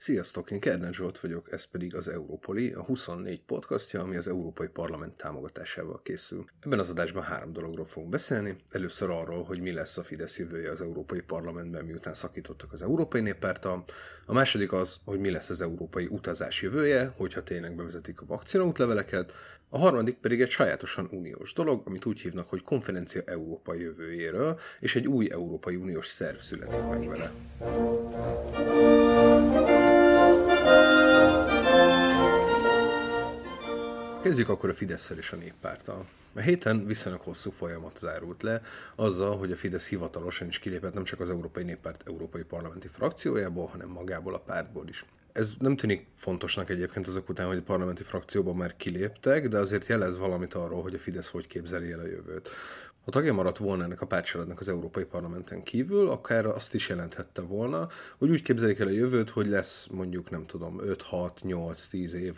Sziasztok, én Kernel Zsolt vagyok, ez pedig az Európoli, a 24 podcastja, ami az Európai Parlament támogatásával készül. Ebben az adásban 3 dologról fogunk beszélni. Először arról, hogy mi lesz a Fidesz jövője az Európai Parlamentben, miután szakítottak az Európai Néppárttal. A második az, hogy mi lesz az európai utazás jövője, hogyha tényleg bevezetik a vakcinaútleveleket. A harmadik pedig egy sajátosan uniós dolog, amit úgy hívnak, hogy Konferencia Európa jövőjéről, és egy új Európai Uniós szerv születik meg vele. Kezdjük akkor a Fidesszel és a Néppárttal. A héten viszonylag hosszú folyamat zárult le azzal, hogy a Fidesz hivatalosan is kilépett nem csak az Európai Néppárt európai parlamenti frakciójából, hanem magából a pártból is. Ez nem tűnik fontosnak egyébként azok után, hogy a parlamenti frakcióban már kiléptek, de azért jelez valamit arról, hogy a Fidesz hogy képzeli el a jövőt. Ha tagja maradt volna ennek a pártcsaládnak az Európai Parlamenten kívül, akár azt is jelenthette volna, hogy úgy képzelik el a jövőt, hogy lesz mondjuk, nem tudom, 5-6-8-10 év,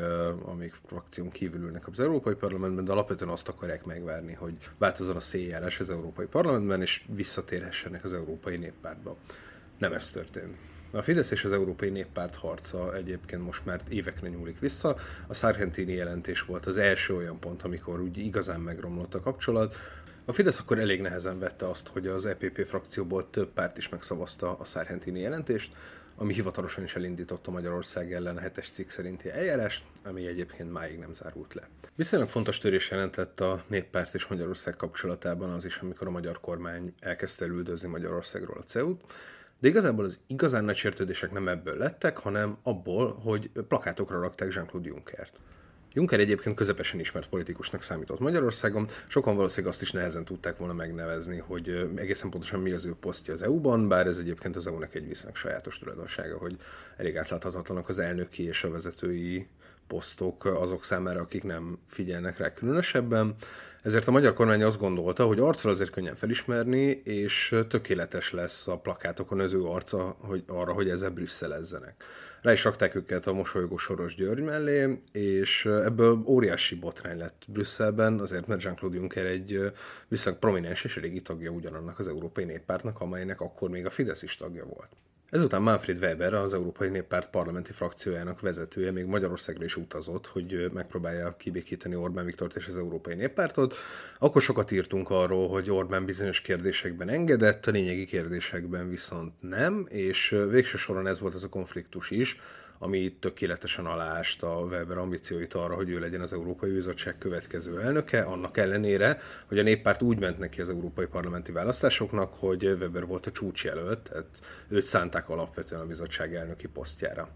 amíg frakción kívül ülnek az Európai Parlamentben, de alapvetően azt akarják megvárni, hogy változzon a széljárás az Európai Parlamentben, és visszatérhessenek az Európai Néppártba. Nem ez történt. A Fidesz és az Európai Néppárt harca egyébként most már évekre nyúlik vissza. A Sargentini jelentés volt az első olyan pont, amikor úgy igazán megromlott a kapcsolat. A Fidesz akkor elég nehezen vette azt, hogy az EPP frakcióból több párt is megszavazta a Sargentini jelentést, ami hivatalosan is elindította Magyarország ellen a 7-es cikk szerinti eljárást, ami egyébként máig nem zárult le. Viszonylag fontos törés jelentett a Néppárt és Magyarország kapcsolatában az is, amikor a magyar kormány elkezdte üldözni Magyarországról a CEU-t, de igazából az igazán nagy sértődések nem ebből lettek, hanem abból, hogy plakátokra rakták Jean-Claude Junckert. Juncker egyébként közepesen ismert politikusnak számított Magyarországon, sokan valószínűleg azt is nehezen tudták volna megnevezni, hogy egészen pontosan mi az ő posztja az EU-ban, bár ez egyébként az EU-nak egy viszonylag sajátos tulajdonsága, hogy elég átláthatatlanak az elnöki és a vezetői posztok azok számára, akik nem figyelnek rá különösebben. Ezért a magyar kormány azt gondolta, hogy arccal azért könnyen felismerni, és tökéletes lesz a plakátokon az ő arca arra, hogy ezzel brüsszelezzenek. Rá is rakták őket a mosolygó Soros György mellé, és ebből óriási botrány lett Brüsszelben, azért mert Jean-Claude Juncker egy viszonylag prominens és régi tagja ugyanannak az Európai Néppártnak, amelynek akkor még a Fidesz is tagja volt. Ezután Manfred Weber, az Európai Néppárt parlamenti frakciójának vezetője még Magyarországra is utazott, hogy megpróbálja kibékíteni Orbán Viktort és az Európai Néppártot. Akkor sokat írtunk arról, hogy Orbán bizonyos kérdésekben engedett, a lényegi kérdésekben viszont nem, és végső soron ez volt az a konfliktus is, ami tökéletesen aláásta a Weber ambícióit arra, hogy ő legyen az Európai Bizottság következő elnöke, annak ellenére, hogy a Néppárt úgy ment neki az európai parlamenti választásoknak, hogy Weber volt a csúcsjelölt, tehát őt szánták alapvetően a bizottság elnöki posztjára.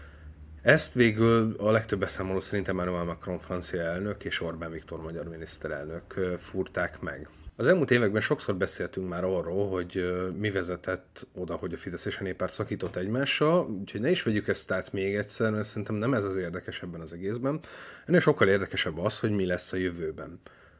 Ezt végül a legtöbb beszámoló szerint Emmanuel Macron francia elnök és Orbán Viktor magyar miniszterelnök fúrták meg. Az elmúlt években sokszor beszéltünk már arról, hogy mi vezetett oda, hogy a Fidesz és a Néppárt szakított egymással, úgyhogy ne is vegyük ezt át még egyszer, mert szerintem nem ez az érdekes ebben az egészben. Ennél sokkal érdekesebb az, hogy mi lesz a jövőben.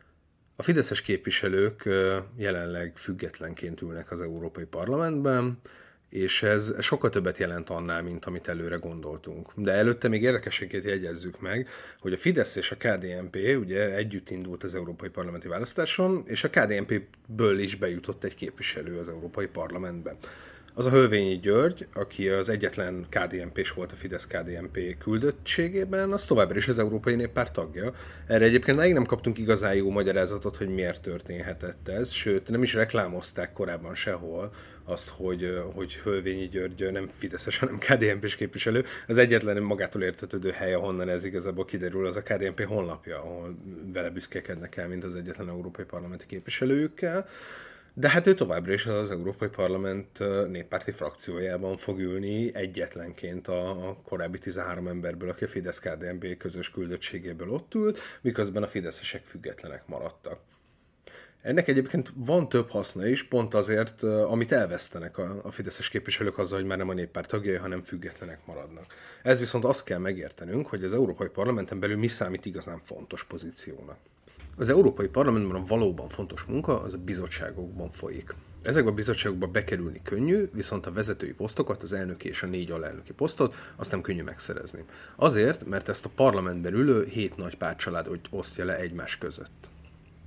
A fideszes képviselők jelenleg függetlenként ülnek az Európai Parlamentben, és ez sokkal többet jelent annál, mint amit előre gondoltunk. De előtte még érdekességét jegyezzük meg, hogy a Fidesz és a KDNP ugye együtt indult az európai parlamenti választáson, és a KDNP-ből is bejutott egy képviselő az Európai Parlamentbe. Az a Hölvényi György, aki az egyetlen KDNP-s volt a Fidesz-KDNP küldöttségében, az továbbra is az Európai Néppárt tagja. Erre egyébként még nem kaptunk igazán jó magyarázatot, hogy miért történhetett ez, sőt nem is reklámozták korábban sehol azt, hogy Hölvényi György nem Fideszes, hanem KDNP-s képviselő. Az egyetlen magától értetődő hely, ahonnan ez igazából kiderül, az a KDNP honlapja, ahol vele büszkekednek el, mint az egyetlen európai parlamenti képviselőjükkel. De hát ő továbbra is az Európai Parlament néppárti frakciójában fog ülni egyetlenként a korábbi 13 emberből, aki a Fidesz-KDNP közös küldöttségéből ott ült, miközben a fideszesek függetlenek maradtak. Ennek egyébként van több haszna is, pont azért, amit elvesztenek a fideszes képviselők azzal, hogy már nem a Néppárt tagjai, hanem függetlenek maradnak. Ez viszont azt kell megértenünk, hogy az Európai Parlamenten belül mi számít igazán fontos pozíciónak. Az Európai Parlamentben a valóban fontos munka az a bizottságokban folyik. Ezekbe a bizottságokba bekerülni könnyű, viszont a vezetői posztokat, az elnöki és a 4 alelnöki posztot, azt nem könnyű megszerezni. Azért, mert ezt a parlamentben ülő 7 nagy pártcsalád osztja le egymás között.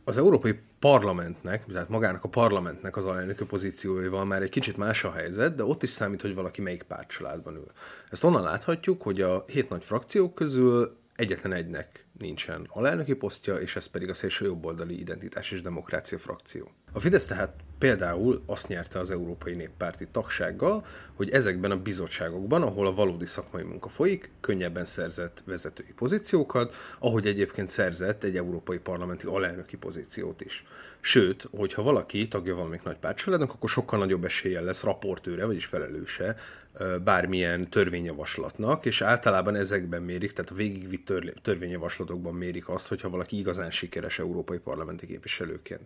Az Európai Parlamentnek, tehát magának a parlamentnek az alelnöki pozícióival már egy kicsit más a helyzet, de ott is számít, hogy valaki melyik pártcsaládban ül. Ezt onnan láthatjuk, hogy a 7 nagy frakciók közül egyetlen egynek nincsen alelnöki posztja, és ez pedig a szélső jobboldali Identitás és Demokrácia frakció. A Fidesz tehát például azt nyerte az Európai Néppárti tagsággal, hogy ezekben a bizottságokban, ahol a valódi szakmai munka folyik, könnyebben szerzett vezetői pozíciókat, ahogy egyébként szerzett egy európai parlamenti alelnöki pozíciót is. Sőt, hogyha valaki tagja valamelyik nagy pártcsaládnak, akkor sokkal nagyobb eséllyel lesz raportőre, vagyis felelőse bármilyen törvényjavaslatnak, és általában ezekben mérik, tehát a végigvitt törvényjavaslatokban mérik azt, hogyha valaki igazán sikeres európai parlamenti képviselőként.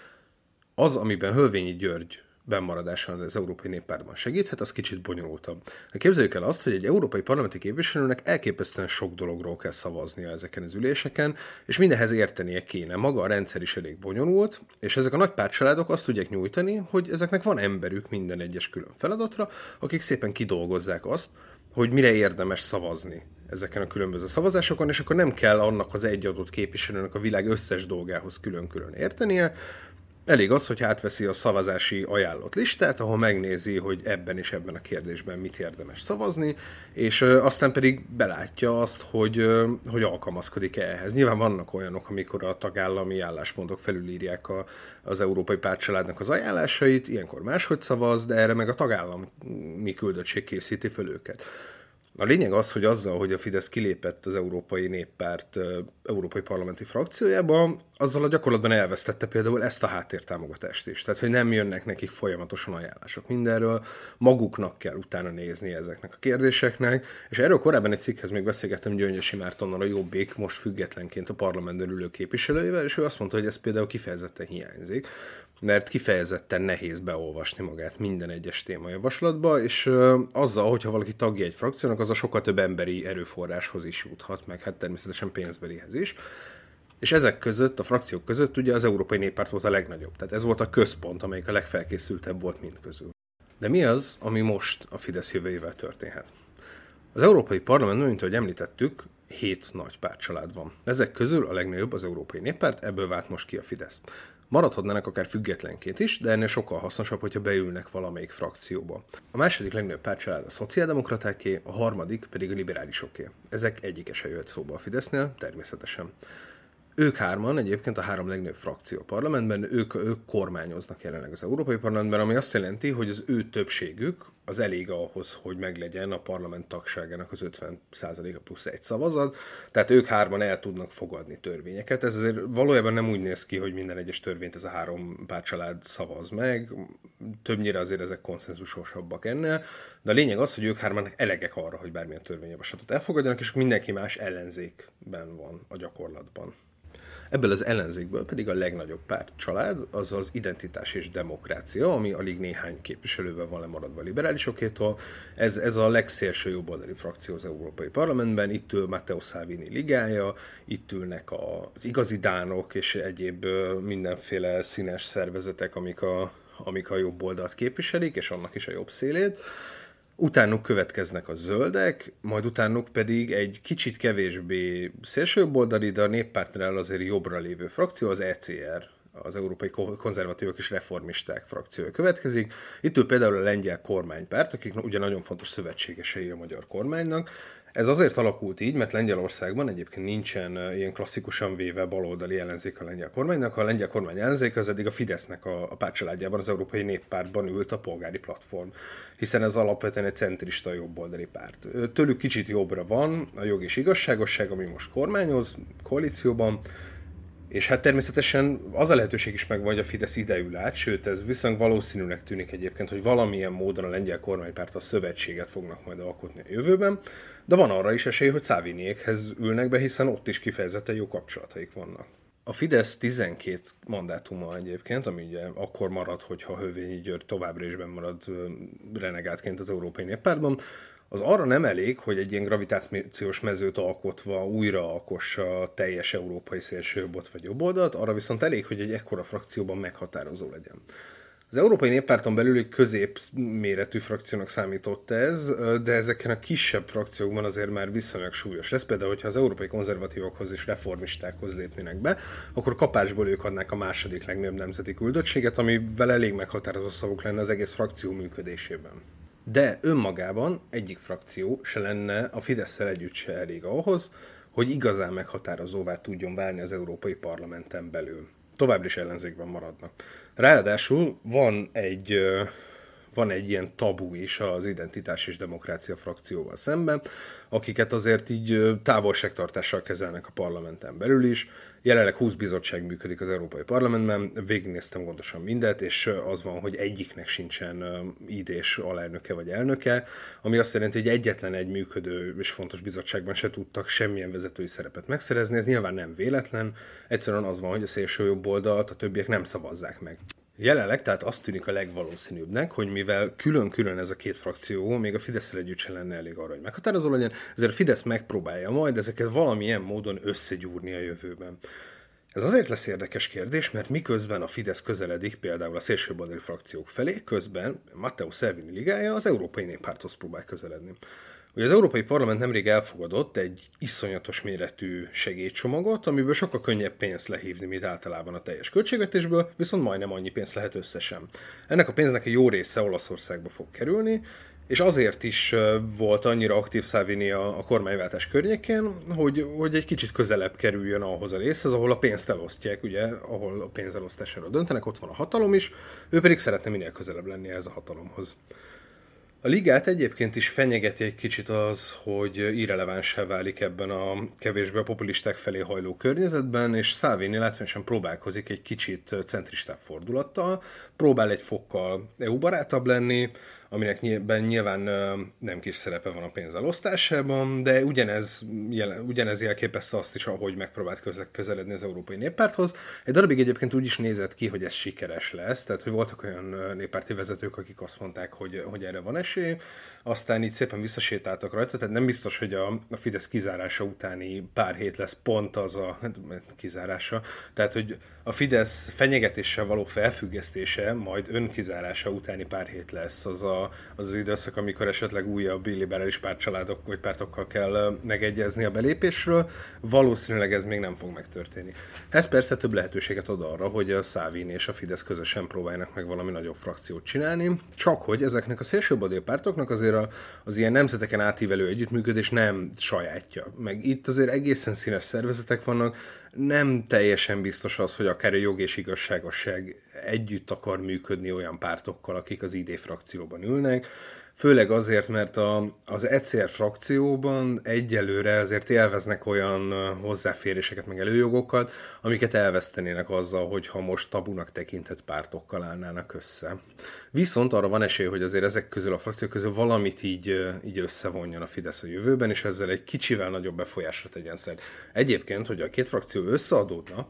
Az, amiben Hölvényi György bennmaradása az Európai Néppártban segíthet, az kicsit bonyolultabb. Képzeljük el azt, hogy egy európai parlamenti képviselőnek elképesztően sok dologról kell szavaznia ezeken az üléseken, és mindenhez értenie kéne. Maga a rendszer is elég bonyolult, és ezek a nagy pártcsaládok azt tudják nyújtani, hogy ezeknek van emberük minden egyes külön feladatra, akik szépen kidolgozzák azt, hogy mire érdemes szavazni ezeken a különböző szavazásokon, és akkor nem kell annak az egy adott képviselőnek a világ összes dolgához külön-külön értenie. Elég az, hogy átveszi a szavazási ajánlott listát, ahol megnézi, hogy ebben és ebben a kérdésben mit érdemes szavazni, és aztán pedig belátja azt, hogy alkalmazkodik ehhez. Nyilván vannak olyanok, amikor a tagállami álláspontok felülírják az európai pártcsaládnak az ajánlásait, ilyenkor máshogy szavaz, de erre meg a tagállami küldöttség készíti fel őket. A lényeg az, hogy azzal, hogy a Fidesz kilépett az Európai Néppárt európai parlamenti frakciójába, azzal a gyakorlatban elvesztette például ezt a háttértámogatást is. Tehát, hogy nem jönnek nekik folyamatosan ajánlások mindenről, maguknak kell utána nézni ezeknek a kérdéseknek, és erről korábban egy cikkhez még beszélgettem Gyöngyösi Mártonnal, a Jobbik most függetlenként a parlamentben ülő képviselőjével, és ő azt mondta, hogy ez például kifejezetten hiányzik, mert kifejezetten nehéz beolvasni magát minden egyes témajavaslatba, és azzal, hogyha valaki tagja egy frakciónak, az a sokkal több emberi erőforráshoz is juthat, meg hát természetesen pénzbelihez is. És ezek között, a frakciók között ugye az Európai Néppárt volt a legnagyobb. Tehát ez volt a központ, amelyik a legfelkészültebb volt mindközül. De mi az, ami most a Fidesz jövőjével történhet? Az Európai Parlamentben, mint ahogy említettük, 7 nagy pártcsalád van. Ezek közül a legnagyobb az Európai Néppárt, ebből vált most ki a Fidesz. Maradhatnának akár függetlenként is, de ennél sokkal hasznosabb, hogyha beülnek valamelyik frakcióba. A második legnagyobb pártcsalád a szociáldemokratáké, a harmadik pedig a liberálisoké. Ezek egyike se jöhet szóba a Fidesznél, természetesen. Ők hárman egyébként a 3 legnagyobb frakció a parlamentben, ők kormányoznak jelenleg az Európai Parlamentben, ami azt jelenti, hogy az ő többségük az elég ahhoz, hogy meglegyen a parlament tagságának az 50%-a plusz egy szavazat, tehát ők hárman el tudnak fogadni törvényeket. Ez azért valójában nem úgy néz ki, hogy minden egyes törvényt ez a 3 pártcsalád szavaz meg, többnyire azért ezek konszenzusosabbak ennél, de a lényeg az, hogy ők hárman elegek arra, hogy bármilyen törvényjavaslatot elfogadjanak, és mindenki más ellenzékben van a gyakorlatban. Ebből az ellenzékből pedig a legnagyobb pártcsalád, az az Identitás és Demokrácia, ami alig néhány képviselővel van lemaradva a liberálisokétól. Ez a legszélső jobboldali frakció az Európai Parlamentben, itt ül Matteo Salvini ligája, itt ülnek az igazi dánok és egyéb mindenféle színes szervezetek, amik a jobb oldalt képviselik, és annak is a jobb szélét. Utánuk következnek a zöldek, majd utánuk pedig egy kicsit kevésbé szélsőjobboldali, de a néppártnál azért jobbra lévő frakció, az ECR, az Európai Konzervatívok és Reformisták frakciója következik. Itt ül például a lengyel kormánypárt, akik ugye nagyon fontos szövetségesei a magyar kormánynak. Ez azért alakult így, mert Lengyelországban egyébként nincsen ilyen klasszikusan véve baloldali ellenzék a lengyel kormánynak. A lengyel kormány ellenzék az eddig a Fidesznek a pártcsaládjában, az Európai Néppártban ült a Polgári Platform, hiszen ez alapvetően egy centrista jobboldali párt. Tőlük kicsit jobbra van a Jog és Igazságosság, ami most kormányoz koalícióban, és hát természetesen az a lehetőség is megvan, hogy a Fidesz ideül át, sőt ez viszonylag valószínűnek tűnik egyébként, hogy valamilyen módon a lengyel kormánypárttal szövetséget fognak majd alkotni a jövőben, de van arra is esély, hogy Salviniékhez ülnek be, hiszen ott is kifejezetten jó kapcsolataik vannak. A Fidesz 12 mandátuma egyébként, ami ugye akkor marad, hogyha Hölvényi György továbbra is marad renegátként az Európai Néppártban, az arra nem elég, hogy egy ilyen gravitációs mezőt alkotva újra alkossa a teljes európai szélsőjobbot vagy jobboldalt, arra viszont elég, hogy egy ekkora frakcióban meghatározó legyen. Az Európai Néppárton belül egy középméretű frakciónak számított ez, de ezeken a kisebb frakciókban azért már viszonylag súlyos lesz. Például, hogyha az európai konzervatívokhoz és reformistákhoz lépnének be, akkor kapásból ők adnák a második legnagyobb nemzeti küldöttséget, amivel elég meghatározó szavuk lenne az egész frakció működésében. De önmagában egyik frakció se lenne a Fidesszel együtt se elég ahhoz, hogy igazán meghatározóvá tudjon válni az Európai Parlamenten belül. Továbbra is ellenzékben maradnak. Ráadásul van egy ilyen tabu is az Identitás és Demokrácia frakcióval szemben, akiket azért így távolságtartással kezelnek a parlamenten belül is. Jelenleg 20 bizottság működik az Európai Parlamentben, végignéztem gondosan mindet, és az van, hogy egyiknek sincsen ID-s alelnöke vagy elnöke, ami azt jelenti, hogy egyetlen egy működő és fontos bizottságban se tudtak semmilyen vezetői szerepet megszerezni. Ez nyilván nem véletlen, egyszerűen az van, hogy a szélső jobb oldalt a többiek nem szavazzák meg. Jelenleg tehát azt tűnik a legvalószínűbbnek, hogy mivel külön-külön ez a két frakció, még a Fidesszel együtt sem lenne elég arra, hogy meghatározó legyen, ezért a Fidesz megpróbálja majd ezeket valamilyen módon összegyúrni a jövőben. Ez azért lesz érdekes kérdés, mert miközben a Fidesz közeledik például a szélsőbaloldali frakciók felé, közben Matteo Salvini ligája az Európai Néppárthoz próbál közeledni. Ugye az Európai Parlament nemrég elfogadott egy iszonyatos méretű segélycsomagot, amiből sokkal könnyebb pénzt lehívni, mint általában a teljes költségvetésből, viszont majdnem annyi pénz lehet összesen. Ennek a pénznek a jó része Olaszországba fog kerülni, és azért is volt annyira aktív Salvini a kormányváltás környékén, hogy egy kicsit közelebb kerüljön ahhoz a részhez, ahol a pénzt elosztják, ugye, ahol a pénz elosztásáról döntenek, ott van a hatalom is, ő pedig szeretne minél közelebb lenni ez a hatalomhoz. A ligát egyébként is fenyegeti egy kicsit az, hogy irrelevánsá válik ebben a kevésbé a populisták felé hajló környezetben, és Salvini látványosan próbálkozik egy kicsit centristább fordulattal, próbál egy fokkal EU-barátabb lenni, aminek nyilván nem kis szerepe van a pénz elosztásában, de ugyanez jelképezte azt is, ahogy megpróbált közeledni az Európai Néppárthoz. Egy darabig egyébként úgy is nézett ki, hogy ez sikeres lesz, tehát hogy voltak olyan néppárti vezetők, akik azt mondták, hogy erre van esély, aztán így szépen visszasétáltak rajta, tehát nem biztos, hogy a Fidesz kizárása utáni pár hét lesz pont az a kizárása, tehát hogy a Fidesz fenyegetéssel való felfüggesztése, majd önkizárása utáni pár hét lesz az időszak, amikor esetleg újabb liberális pártcsaládok vagy pártokkal kell megegyezni a belépésről. Valószínűleg ez még nem fog megtörténni. Ez persze több lehetőséget ad arra, hogy a Salvini és a Fidesz közösen próbálnak meg valami nagyobb frakciót csinálni, csak hogy ezeknek a szélsőbaloldali pártoknak azért az ilyen nemzeteken átívelő együttműködés nem sajátja. Meg itt azért egészen színes szervezetek vannak, nem teljesen biztos az, hogy akár a jog és igazságosság együtt akar működni olyan pártokkal, akik az ID frakcióban ülnek, főleg azért, mert az ECR frakcióban egyelőre azért élveznek olyan hozzáféréseket, meg előjogokat, amiket elvesztenének azzal, hogyha most tabunak tekintett pártokkal állnának össze. Viszont arra van esély, hogy azért ezek közül a frakciók közül valamit így összevonjon a Fidesz a jövőben, és ezzel egy kicsivel nagyobb befolyásra tegyen szert. Egyébként, hogy a két frakció összeadódna,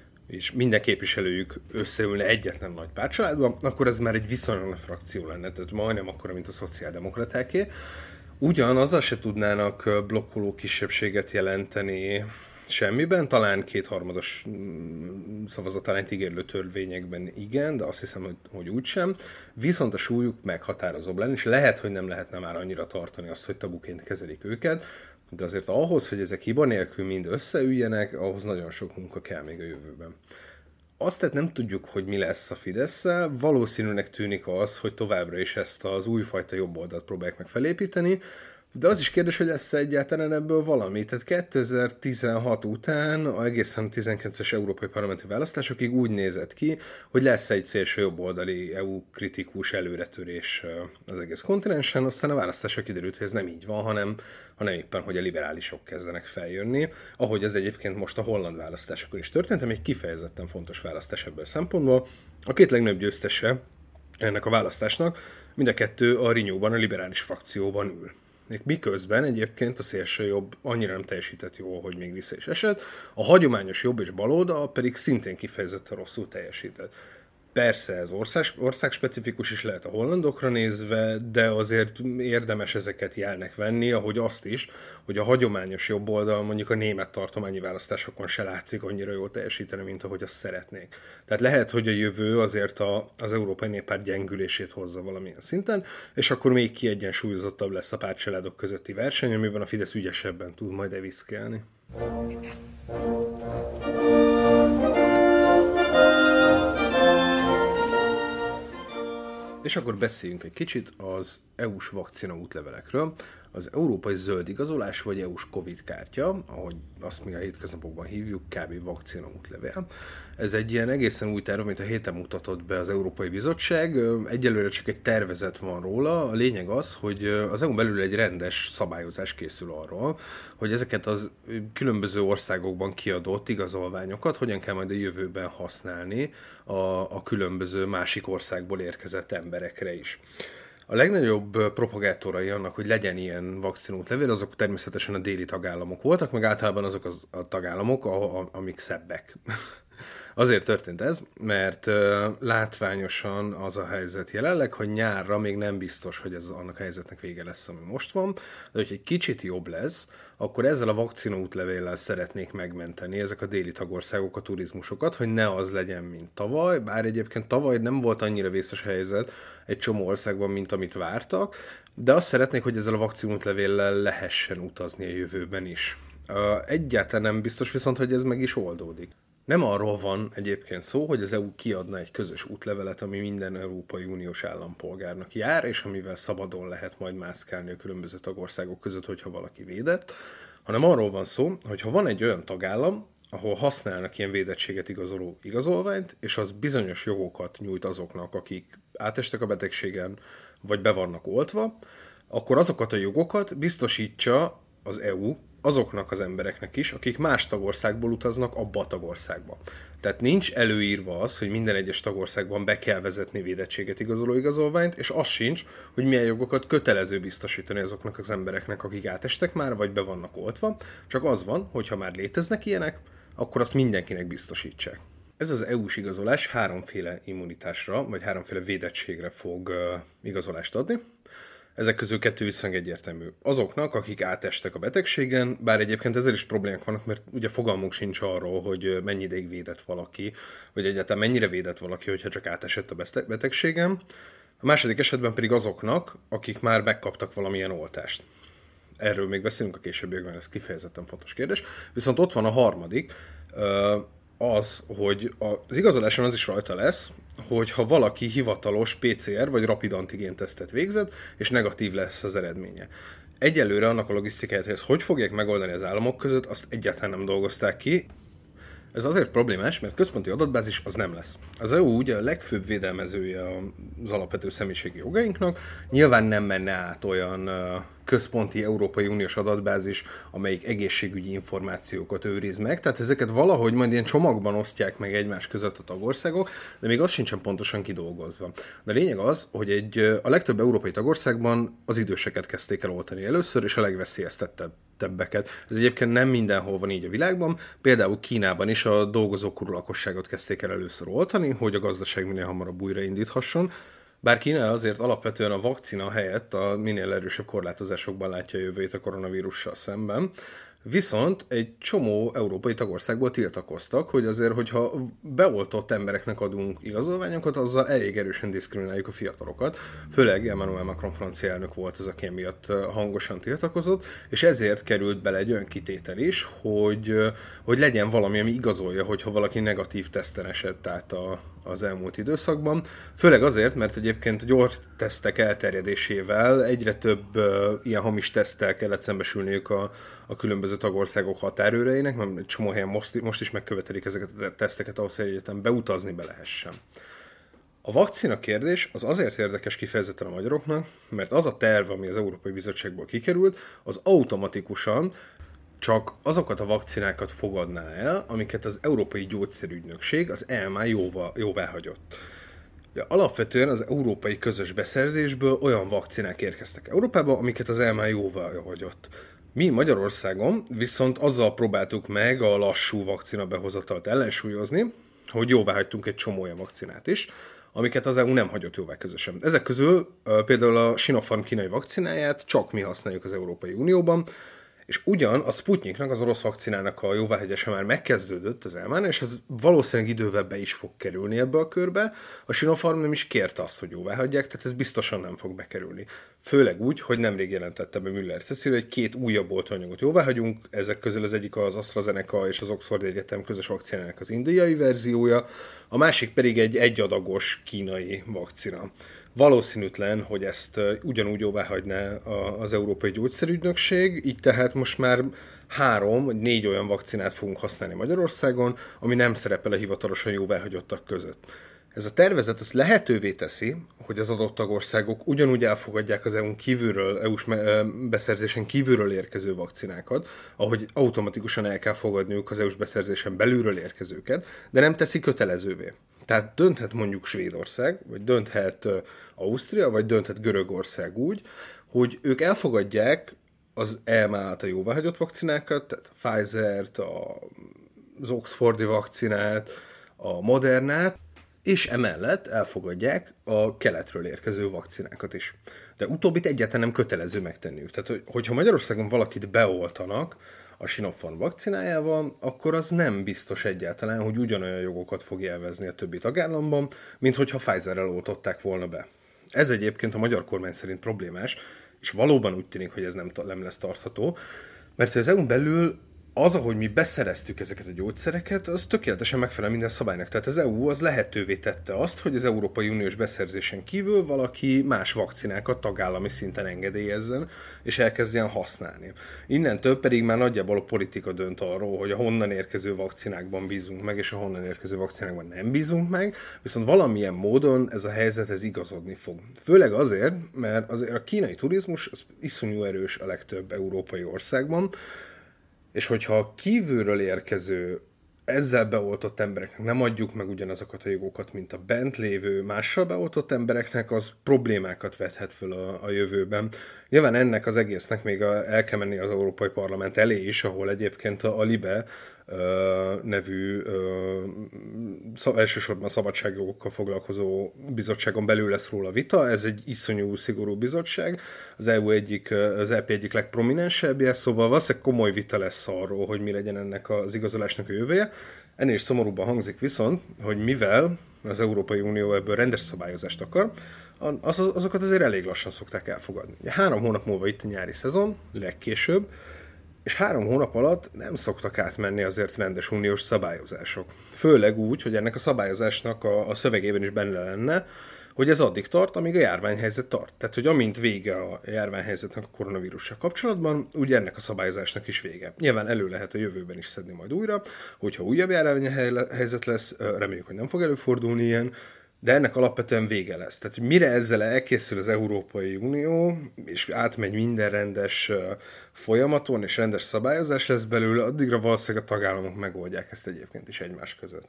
és minden képviselőjük összeülne egyetlen nagy pártcsaládba, akkor ez már egy viszonylag nagy frakció lenne, tehát majdnem akkora, mint a szociáldemokratáké. Ugyan azzal se tudnának blokkoló kisebbséget jelenteni semmiben, talán kétharmados szavazatarányt ígérlő törvényekben igen, de azt hiszem, hogy úgysem. Viszont a súlyuk meghatározóbb lenne, és lehet, hogy nem lehetne már annyira tartani azt, hogy tabuként kezelik őket, de azért ahhoz, hogy ezek hiba nélkül mind összeüljenek, ahhoz nagyon sok munka kell még a jövőben. Azt tehát nem tudjuk, hogy mi lesz a Fidesszel, valószínűnek tűnik az, hogy továbbra is ezt az újfajta jobb oldalt próbálják meg felépíteni, de az is kérdés, hogy lesz egyáltalán ebből valami. Tehát 2016 után, egészen 19-es európai parlamenti választásokig úgy nézett ki, hogy lesz egy szélső jobboldali EU-kritikus előretörés az egész kontinensen, aztán a választásra kiderült, hogy ez nem így van, hanem éppen, hogy a liberálisok kezdenek feljönni, ahogy ez egyébként most a holland választásokon is történt, ami egy kifejezetten fontos választás ebből a szempontból. A két legnagyobb győztese ennek a választásnak mind a kettő a Renew-ban, a liberális frakcióban ül. Miközben egyébként a szélső jobb annyira nem teljesített jól, hogy még vissza is esett, a hagyományos jobb és baloldal pedig szintén kifejezetten rosszul teljesített. Persze ez országspecifikus is lehet a hollandokra nézve, de azért érdemes ezeket jelnek venni, ahogy azt is, hogy a hagyományos jobboldal mondjuk a német tartományi választásokon se látszik annyira jól teljesíteni, mint ahogy azt szeretnék. Tehát lehet, hogy a jövő azért az Európai Néppárt gyengülését hozza valamilyen szinten, és akkor még kiegyensúlyozottabb lesz a pártcsaládok közötti verseny, amiben a Fidesz ügyesebben tud majd evickélni. És akkor beszéljünk egy kicsit az EU-s vakcina útlevelekről. Az európai zöld igazolás, vagy EU-s Covid kártya, ahogy azt mi a hétköznapokban hívjuk, kb. Vakcina útlevél. Ez egy ilyen egészen új terv, amit a héten mutatott be az Európai Bizottság. Egyelőre csak egy tervezet van róla. A lényeg az, hogy az EU-n belül egy rendes szabályozás készül arról, hogy ezeket az különböző országokban kiadott igazolványokat hogyan kell majd a jövőben használni a különböző másik országból érkezett emberekre is. A legnagyobb propagátorai annak, hogy legyen ilyen vakcinútlevél, azok természetesen a déli tagállamok voltak, meg általában azok a tagállamok, amik szebbek. Azért történt ez, mert látványosan az a helyzet jelenleg, hogy nyárra még nem biztos, hogy ez annak a helyzetnek vége lesz, ami most van, de hogyha egy kicsit jobb lesz, akkor ezzel a vakcinaútlevéllel szeretnék megmenteni ezek a déli tagországok a turizmusokat, hogy ne az legyen, mint tavaly, bár egyébként tavaly nem volt annyira vészes helyzet egy csomó országban, mint amit vártak, de azt szeretnék, hogy ezzel a vakcinaútlevéllel lehessen utazni a jövőben is. Egyáltalán nem biztos viszont, hogy ez meg is oldódik. Nem arról van egyébként szó, hogy az EU kiadna egy közös útlevelet, ami minden Európai Uniós állampolgárnak jár, és amivel szabadon lehet majd mászkálni a különböző tagországok között, hogyha valaki védett, hanem arról van szó, hogy ha van egy olyan tagállam, ahol használnak ilyen védettséget igazoló igazolványt, és az bizonyos jogokat nyújt azoknak, akik átestek a betegségen, vagy be vannak oltva, akkor azokat a jogokat biztosítsa az EU azoknak az embereknek is, akik más tagországból utaznak abba a tagországba. Tehát nincs előírva az, hogy minden egyes tagországban be kell vezetni védettséget igazoló igazolványt, és az sincs, hogy milyen jogokat kötelező biztosítani azoknak az embereknek, akik átestek már, vagy be vannak oltva. Csak az van, hogy ha már léteznek ilyenek, akkor azt mindenkinek biztosítsák. Ez az EU-s igazolás háromféle immunitásra, vagy háromféle védettségre fog igazolást adni. Ezek közül kettő viszonylag egyértelmű. Azoknak, akik átestek a betegségen, bár egyébként ezzel is problémák vannak, mert ugye fogalmunk sincs arról, hogy mennyi ideig védett valaki, vagy egyáltalán mennyire védett valaki, hogyha csak átesett a betegségen. A második esetben pedig azoknak, akik már megkaptak valamilyen oltást. Erről még beszélünk a későbbiekben, ez kifejezetten fontos kérdés. Viszont ott van a harmadik, az, hogy az igazoláson az is rajta lesz, hogy ha valaki hivatalos PCR vagy rapid antigén tesztet végzett, és negatív lesz az eredménye. Egyelőre annak a logisztikáját, hogy fogják megoldani az államok között, azt egyáltalán nem dolgozták ki. Ez azért problémás, mert központi adatbázis az nem lesz. Az EU ugye a legfőbb védelmezője az alapvető személyiségi jogainknak, nyilván nem menne át olyan központi Európai Uniós adatbázis, amelyik egészségügyi információkat őriz meg, tehát ezeket valahogy majd ilyen csomagban osztják meg egymás között a tagországok, de még az sincsen pontosan kidolgozva. De a lényeg az, hogy a legtöbb európai tagországban az időseket kezdték el oltani először, és a legveszélyeztettebbeket. Ez egyébként nem mindenhol van így a világban, például Kínában is a dolgozókorú lakosságot kezdték el először oltani, hogy a gazdaság minél hamarabb újraindíthasson. Bár Kína azért alapvetően a vakcina helyett a minél erősebb korlátozásokban látja a jövőjét a koronavírussal szemben, viszont egy csomó európai tagországból tiltakoztak, hogy azért, hogyha beoltott embereknek adunk igazolványokat, azzal elég erősen diszkrimináljuk a fiatalokat. Főleg Emmanuel Macron francia elnök volt az, aki emiatt hangosan tiltakozott, és ezért került bele egy olyan kitétel is, hogy legyen valami, ami igazolja, hogyha valaki negatív teszten esett át az elmúlt időszakban. Főleg azért, mert egyébként a gyors tesztek elterjedésével egyre több ilyen hamis teszttel kellett szembesülniük a különböző tagországok határőreinek, mert egy csomó helyen most is megkövetelik ezeket a teszteket ahhoz, hogy egyetem beutazni be lehessen. A vakcina kérdés az azért érdekes kifejezetten a magyaroknak, mert az a terv, ami az Európai Bizottságból kikerült, az automatikusan csak azokat a vakcinákat fogadná el, amiket az Európai Gyógyszerügynökség, az EMA jóvá hagyott. Ja, alapvetően az európai közös beszerzésből olyan vakcinák érkeztek Európába, amiket az EMA jóvá hagyott. Mi Magyarországon viszont azzal próbáltuk meg a lassú vakcina behozatalt ellensúlyozni, hogy jóvá hagytunk egy csomó olyan vakcinát is, amiket az EU nem hagyott jóvá közösen. Ezek közül például a Sinopharm kínai vakcináját csak mi használjuk az Európai Unióban, és ugyan a Sputniknak, az orosz vakcinának a jóváhagyása már megkezdődött az elmán, és ez valószínűleg idővel be is fog kerülni ebbe a körbe. A Sinopharm nem is kérte azt, hogy jóváhagyják, tehát ez biztosan nem fog bekerülni. Főleg úgy, hogy nemrég jelentette be Müller Cecilia, hogy 2 újabb oltóanyagot jóváhagyunk, ezek közül az egyik az AstraZeneca és az Oxford Egyetem közös vakcinának az indiai verziója, a másik pedig egy egyadagos kínai vakcina. Valószínűtlen, hogy ezt ugyanúgy jóváhagyná az Európai Gyógyszerügynökség, így tehát most már 3 vagy 4 olyan vakcinát fogunk használni Magyarországon, ami nem szerepel a hivatalosan jóváhagyottak között. Ez a tervezet ezt lehetővé teszi, hogy az adott tagországok ugyanúgy elfogadják az EU-n kívülről, EU-s beszerzésen kívülről érkező vakcinákat, ahogy automatikusan el kell fogadniuk az EU-s beszerzésen belülről érkezőket, de nem teszi kötelezővé. Tehát dönthet mondjuk Svédország, vagy dönthet Ausztria, vagy dönthet Görögország úgy, hogy ők elfogadják az EMA által jóváhagyott vakcinákat, tehát a Pfizer-t, az Oxfordi vakcinát, a Modernát, és emellett elfogadják a keletről érkező vakcinákat is. De utóbbit egyáltalán nem kötelező megtenniük. Tehát, hogyha Magyarországon valakit beoltanak a Sinopharm vakcinájával, akkor az nem biztos egyáltalán, hogy ugyanolyan jogokat fog élvezni a többi tagállamban, mint hogyha Pfizer-rel oltották volna be. Ez egyébként a magyar kormány szerint problémás, és valóban úgy tűnik, hogy ez nem lesz tartható, mert az EU-n belül az, ahogy mi beszereztük ezeket a gyógyszereket, az tökéletesen megfelel minden szabálynak. Tehát az EU az lehetővé tette azt, hogy az Európai Uniós beszerzésen kívül valaki más vakcinákat tagállami szinten engedélyezzen, és elkezdjen használni. Innentől pedig már nagyjából a politika dönt arról, hogy a honnan érkező vakcinákban bízunk meg, és a honnan érkező vakcinákban nem bízunk meg, viszont valamilyen módon ez a helyzet ez igazodni fog. Főleg azért, mert azért a kínai turizmus az iszonyú erős a legtöbb európai országban, és hogyha a kívülről érkező, ezzel beoltott embereknek nem adjuk meg ugyanazokat a jogokat, mint a bent lévő, mással beoltott embereknek, az problémákat vethet föl a jövőben. Nyilván ennek az egésznek még el kell menni az Európai Parlament elé is, ahol egyébként a LIBE nevű elsősorban szabadságjogokkal foglalkozó bizottságon belül lesz róla vita. Ez egy iszonyú szigorú bizottság, az az EP egyik legprominensebbje, szóval valószínűleg komoly vita lesz arról, hogy mi legyen ennek az igazolásnak a jövője. Ennél is szomorúban hangzik viszont, hogy mivel az Európai Unió ebből rendes szabályozást akar, azokat azért elég lassan szokták elfogadni. 3 hónap múlva itt a nyári szezon, legkésőbb, és 3 hónap alatt nem szoktak átmenni azért rendes uniós szabályozások. Főleg úgy, hogy ennek a szabályozásnak a szövegében is benne lenne, hogy ez addig tart, amíg a járványhelyzet tart. Tehát, hogy amint vége a járványhelyzetnek a koronavírussal kapcsolatban, úgy ennek a szabályozásnak is vége. Nyilván elő lehet a jövőben is szedni majd újra, hogyha újabb járványhelyzet lesz, reméljük, hogy nem fog előfordulni ilyen, de ennek alapvetően vége lesz. Tehát mire ezzel elkészül az Európai Unió, és átmegy minden rendes folyamaton, és rendes szabályozás lesz belőle, addigra valószínűleg a tagállamok megoldják ezt egyébként is egymás között.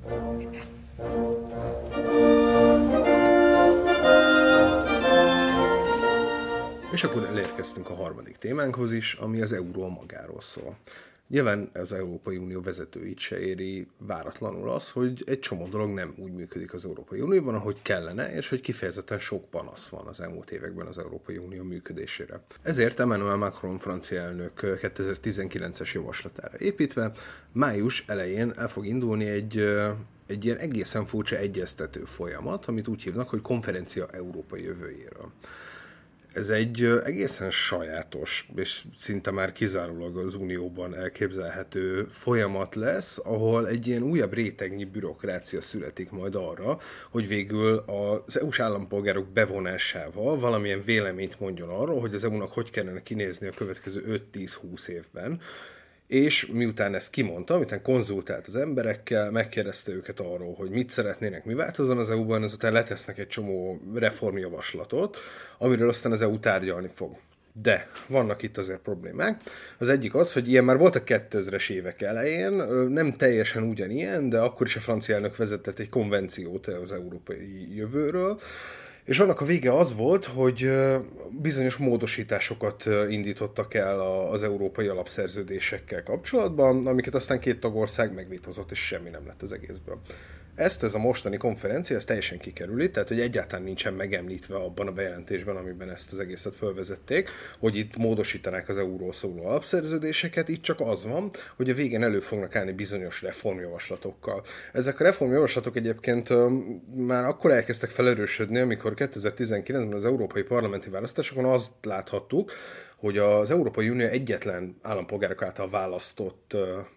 És akkor elérkeztünk a harmadik témánkhoz is, ami az euróról magáról szól. Nyilván az Európai Unió vezetőit se éri váratlanul az, hogy egy csomó dolog nem úgy működik az Európai Unióban, ahogy kellene, és hogy kifejezetten sok panasz van az elmúlt években az Európai Unió működésére. Ezért Emmanuel Macron francia elnök 2019-es javaslatára építve május elején el fog indulni egy ilyen egészen furcsa egyeztető folyamat, amit úgy hívnak, hogy konferencia Európa jövőjéről. Ez egy egészen sajátos, és szinte már kizárólag az Unióban elképzelhető folyamat lesz, ahol egy ilyen újabb rétegnyi bürokrácia születik majd arra, hogy végül az EU-s állampolgárok bevonásával valamilyen véleményt mondjon arról, hogy az EU-nak hogy kellene kinézni a következő 5-10-20 évben, és miután ezt kimondta, miután konzultált az emberekkel, megkérdezte őket arról, hogy mit szeretnének, mi változzon az EU-ban, ezután letesznek egy csomó reformjavaslatot, amiről aztán az EU tárgyalni fog. De vannak itt azért problémák. Az egyik az, hogy ilyen már volt a 2000-es évek elején, nem teljesen ugyanilyen, de akkor is a francia elnök vezetett egy konvenciót az európai jövőről, És annak a vége az volt, hogy bizonyos módosításokat indítottak el az európai alapszerződésekkel kapcsolatban, amiket aztán két tagország megvitozott, és semmi nem lett az egészből. Ez a mostani konferencia, ez teljesen kikerüli, tehát hogy egyáltalán nincsen megemlítve abban a bejelentésben, amiben ezt az egészet fölvezették, hogy itt módosítanák az euróról szóló alapszerződéseket, itt csak az van, hogy a végén elő fognak állni bizonyos reformjavaslatokkal. Ezek a reformjavaslatok egyébként már akkor elkezdtek felerősödni, amikor 2019-ben az európai parlamenti választásokon azt láthattuk, hogy az Európai Unió egyetlen állampolgárok által választott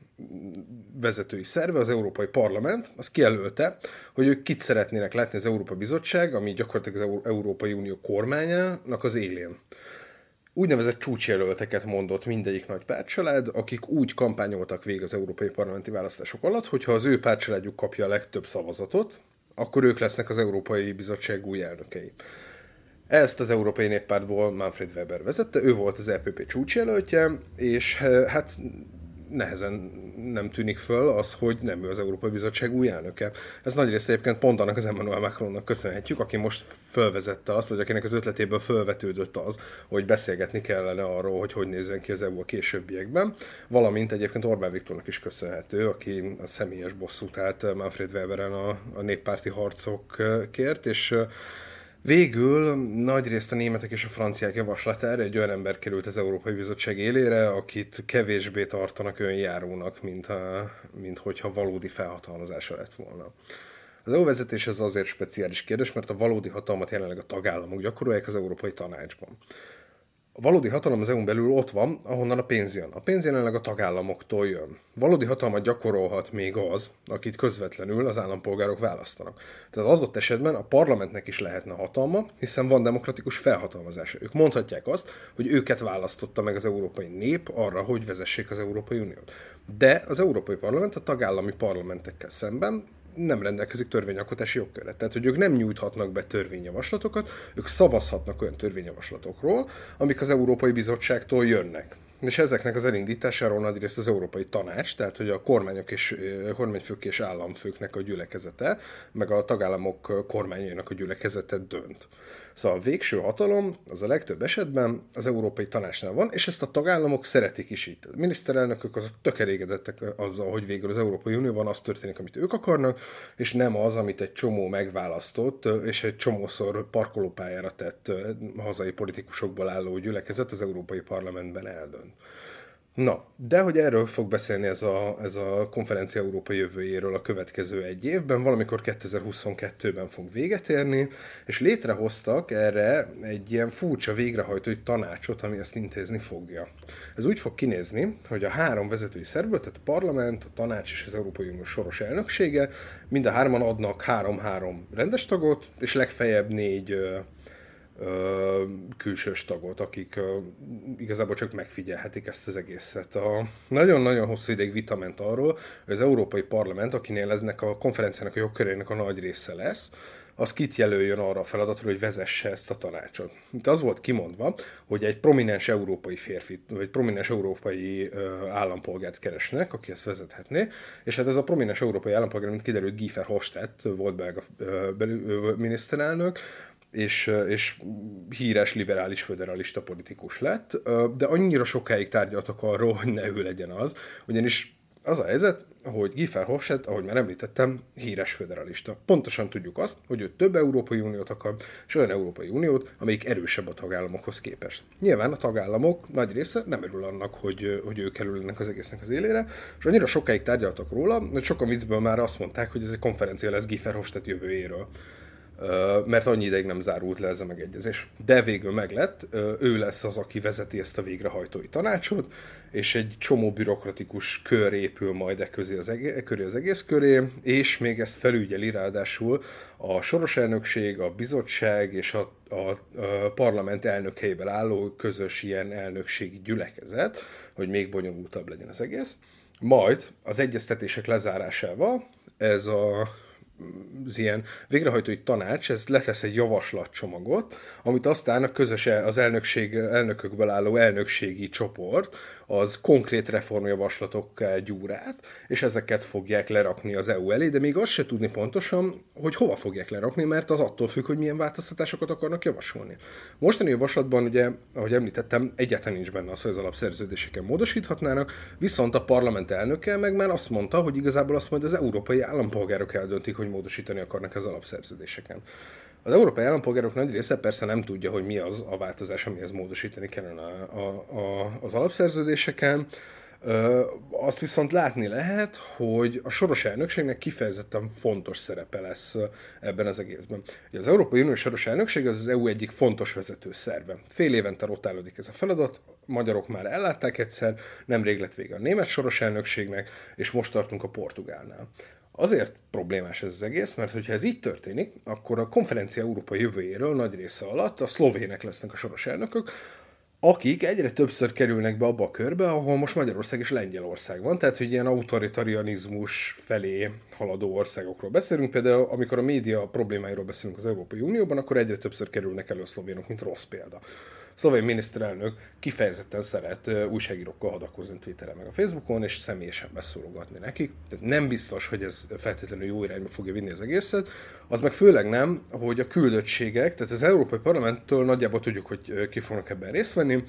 vezetői szerve, az Európai Parlament, az kijelölte, hogy ők kit szeretnének látni az Európai Bizottság, ami gyakorlatilag az Európai Unió kormányának az élén. Úgynevezett csúcsjelölteket mondott mindegyik nagy pártcsalád, akik úgy kampányoltak végig az európai parlamenti választások alatt, hogyha az ő pártcsaládjuk kapja a legtöbb szavazatot, akkor ők lesznek az Európai Bizottság új elnökei. Ezt az Európai Néppártból Manfred Weber vezette, ő volt az EPP csúcsjelöltje, és hát nehezen nem tűnik föl az, hogy nem ő az Európai Bizottság új elnöke. Ez nagyrészt egyébként pont annak az Emmanuel Macronnak köszönhetjük, aki most fölvezette azt, vagy akinek az ötletéből fölvetődött az, hogy beszélgetni kellene arról, hogy nézzen ki az EU a későbbiekben, valamint egyébként Orbán Viktornak is köszönhető, aki a személyes bosszút állt Manfred Weberen a néppárti harcokért, és végül nagyrészt a németek és a franciák javaslatára egy olyan ember került az Európai Bizottság élére, akit kevésbé tartanak önjárónak, mint hogyha valódi felhatalmazása lett volna. Az EU vezetés ez azért speciális kérdés, mert a valódi hatalmat jelenleg a tagállamok gyakorolják az Európai Tanácsban. A valódi hatalom az EU-n belül ott van, ahonnan a pénz jön. A pénz jelenleg a tagállamoktól jön. Valódi hatalmat gyakorolhat még az, akit közvetlenül az állampolgárok választanak. Tehát adott esetben a parlamentnek is lehetne hatalma, hiszen van demokratikus felhatalmazása. Ők mondhatják azt, hogy őket választotta meg az európai nép arra, hogy vezessék az Európai Uniót. De az Európai Parlament a tagállami parlamentekkel szemben nem rendelkezik törvényalkotási jogkörrel. Tehát, hogy ők nem nyújthatnak be törvényjavaslatokat, ők szavazhatnak olyan törvényjavaslatokról, amik az Európai Bizottságtól jönnek. És ezeknek az elindításáról nagyrészt az Európai Tanács, tehát hogy a kormányok és kormányfők és államfőknek a gyülekezete, meg a tagállamok kormányainak a gyülekezete dönt. Szóval a végső hatalom az a legtöbb esetben az Európai Tanácsnál van, és ezt a tagállamok szeretik is így. A miniszterelnökök azok tök elégedettek azzal, hogy végül az Európai Unióban az történik, amit ők akarnak, és nem az, amit egy csomó megválasztott, és egy csomószor parkolópályára tett hazai politikusokból álló gyülekezet az Európai Parlamentben eldönt. Na, de hogy erről fog beszélni ez a konferencia Európa jövőjéről a következő egy évben, valamikor 2022-ben fog véget érni, és létrehoztak erre egy ilyen furcsa végrehajtói tanácsot, ami ezt intézni fogja. Ez úgy fog kinézni, hogy a három vezetői szervből, tehát a parlament, a tanács és az Európai Unió soros elnöksége, mind a hárman adnak 3-3 rendes tagot, és legfeljebb 4 külsős tagot, akik igazából csak megfigyelhetik ezt az egészet. Nagyon-nagyon hosszú ideig vita ment arról, hogy az Európai Parlament, akinél ennek a konferenciának a jogkörének a nagy része lesz, az kit jelöljön arra a feladatra, hogy vezesse ezt a tanácsot. Itt az volt kimondva, hogy egy prominens európai férfit, vagy prominens európai állampolgárt keresnek, aki ezt vezethetné, és hát ez a prominens európai állampolgár, mint kiderült, Guy Verhofstadt volt belga miniszterelnök, és híres liberális föderalista politikus lett, de annyira sokáig tárgyaltak arról, hogy ne ő legyen az, ugyanis az a helyzet, hogy Guy Verhofstadt, ahogy már említettem, híres föderalista. Pontosan tudjuk azt, hogy ő több Európai Uniót akar, és olyan Európai Uniót, amelyik erősebb a tagállamokhoz képest. Nyilván a tagállamok nagy része nem örül annak, hogy ő kerül ennek az egésznek az élére, és annyira sokáig tárgyaltak róla, hogy sokan viccből már azt mondták, hogy ez egy konferencia lesz Guy Verhofstadt jövőjéről. Mert annyi ideig nem zárult le ez a megegyezés. De végül meglett, ő lesz az, aki vezeti ezt a végrehajtói tanácsot, és egy csomó bürokratikus kör épül majd az egész köré, és még ezt felügyeli ráadásul a soros elnökség, a bizottság és a parlament elnökeivel álló közös ilyen elnökségi gyülekezet, hogy még bonyolultabb legyen az egész. Majd az egyeztetések lezárásával ez a az ilyen végrehajtói tanács, ez letesz egy javaslatcsomagot, amit aztán a közös, az elnökökből álló elnökségi csoport, az konkrét reformjavaslatokkal gyúr át, és ezeket fogják lerakni az EU elé, de még azt se tudni pontosan, hogy hova fogják lerakni, mert az attól függ, hogy milyen változtatásokat akarnak javasolni. Mostani javaslatban ugye, ahogy említettem, egyáltalán nincs benne az, hogy az alapszerződéseken módosíthatnának, viszont a parlament elnöke meg már azt mondta, hogy igazából azt majd az európai állampolgárok eldöntik, hogy módosítani akarnak az alapszerződéseken. Az európai állampolgárok nagy része persze nem tudja, hogy mi az a változás, amihez módosítani kellene az alapszerződéseken. Azt viszont látni lehet, hogy a soros elnökségnek kifejezetten fontos szerepe lesz ebben az egészben. Az Európai Unió soros elnökség az EU egyik fontos vezető szerve. Fél évente rotálódik ez a feladat, magyarok már ellátták egyszer, nemrég lett vége a német soros elnökségnek, és most tartunk a portugálnál. Azért problémás ez az egész, mert hogyha ez így történik, akkor a konferencia Európa jövőjéről nagy része alatt a szlovének lesznek a soros elnökök, akik egyre többször kerülnek be abba a körbe, ahol most Magyarország és Lengyelország van, tehát hogy ilyen autoritarianizmus felé haladó országokról beszélünk. Például amikor a média problémáiról beszélünk az Európai Unióban, akkor egyre többször kerülnek elő a szlovénok, mint rossz példa. A szlovén miniszterelnök kifejezetten szeret újságírókkal hadakozni Twitteren meg a Facebookon, és személyesen beszólogatni nekik. Tehát nem biztos, hogy ez feltétlenül jó irányba fogja vinni az egészet. Az meg főleg nem, hogy a küldöttségek, tehát az Európai Parlamenttől nagyjából tudjuk, hogy ki fognak ebben részt venni.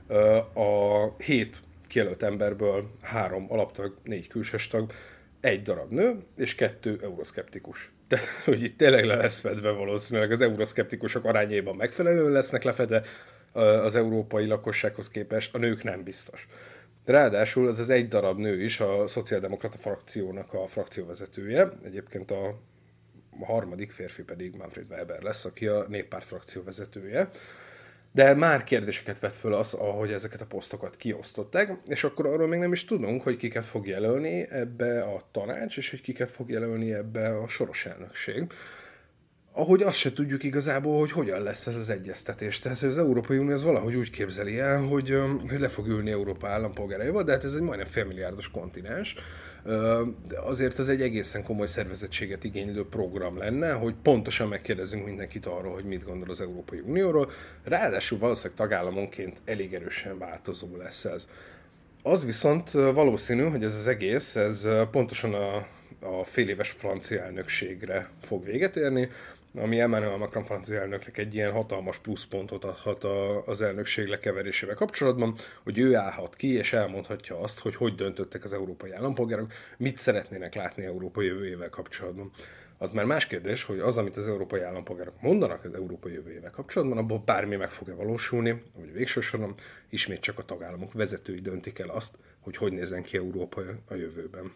A 7 kijelölt emberből 3 alaptag, 4 külsős tag, 1 darab nő, és 2 euroszkeptikus. Tehát, hogy itt tényleg le lesz fedve valószínűleg az euroszkeptikusok arányaiban megfelelően lesznek lefedve, az európai lakossághoz képest, a nők nem biztos. Ráadásul ez az 1 darab nő is a szociáldemokrata frakciónak a frakcióvezetője, egyébként a harmadik férfi pedig Manfred Weber lesz, aki a néppárt frakcióvezetője. De már kérdéseket vett föl az, ahogy ezeket a posztokat kiosztották, és akkor arról még nem is tudunk, hogy kiket fog jelölni ebbe a tanács, és hogy kiket fog jelölni ebbe a soros elnökség. Ahogy azt se tudjuk igazából, hogy hogyan lesz ez az egyeztetés. Tehát az Európai Unió az valahogy úgy képzeli el, hogy le fog ülni Európa állampolgáraival, de hát ez egy majdnem félmilliárdos kontinens. De azért ez egy egészen komoly szervezettséget igénylő program lenne, hogy pontosan megkérdezzünk mindenkit arról, hogy mit gondol az Európai Unióról. Ráadásul valószínűleg tagállamonként elég erősen változó lesz ez. Az viszont valószínű, hogy ez az egész, ez pontosan a féléves francia elnökségre fog véget érni, ami Emmanuel Macron francia elnöknek egy ilyen hatalmas pluszpontot adhat az elnökség lekeverésével kapcsolatban, hogy ő állhat ki, és elmondhatja azt, hogy döntöttek az európai állampolgárok, mit szeretnének látni Európa jövőjével kapcsolatban. Az már más kérdés, hogy az, amit az európai állampolgárok mondanak az Európa jövőjével kapcsolatban, abból bármi meg fog-e valósulni, vagy végső soron ismét csak a tagállamok vezetői döntik el azt, hogy nézzen ki Európa a jövőben.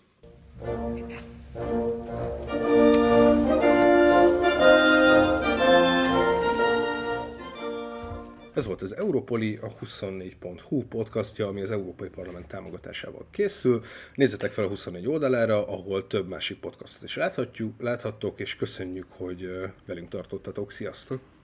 Ez volt az Europoli, a 24.hu podcastja, ami az Európai Parlament támogatásával készül. Nézzetek fel a 24 oldalára, ahol több másik podcastot is láthattok, és köszönjük, hogy velünk tartottatok. Sziasztok!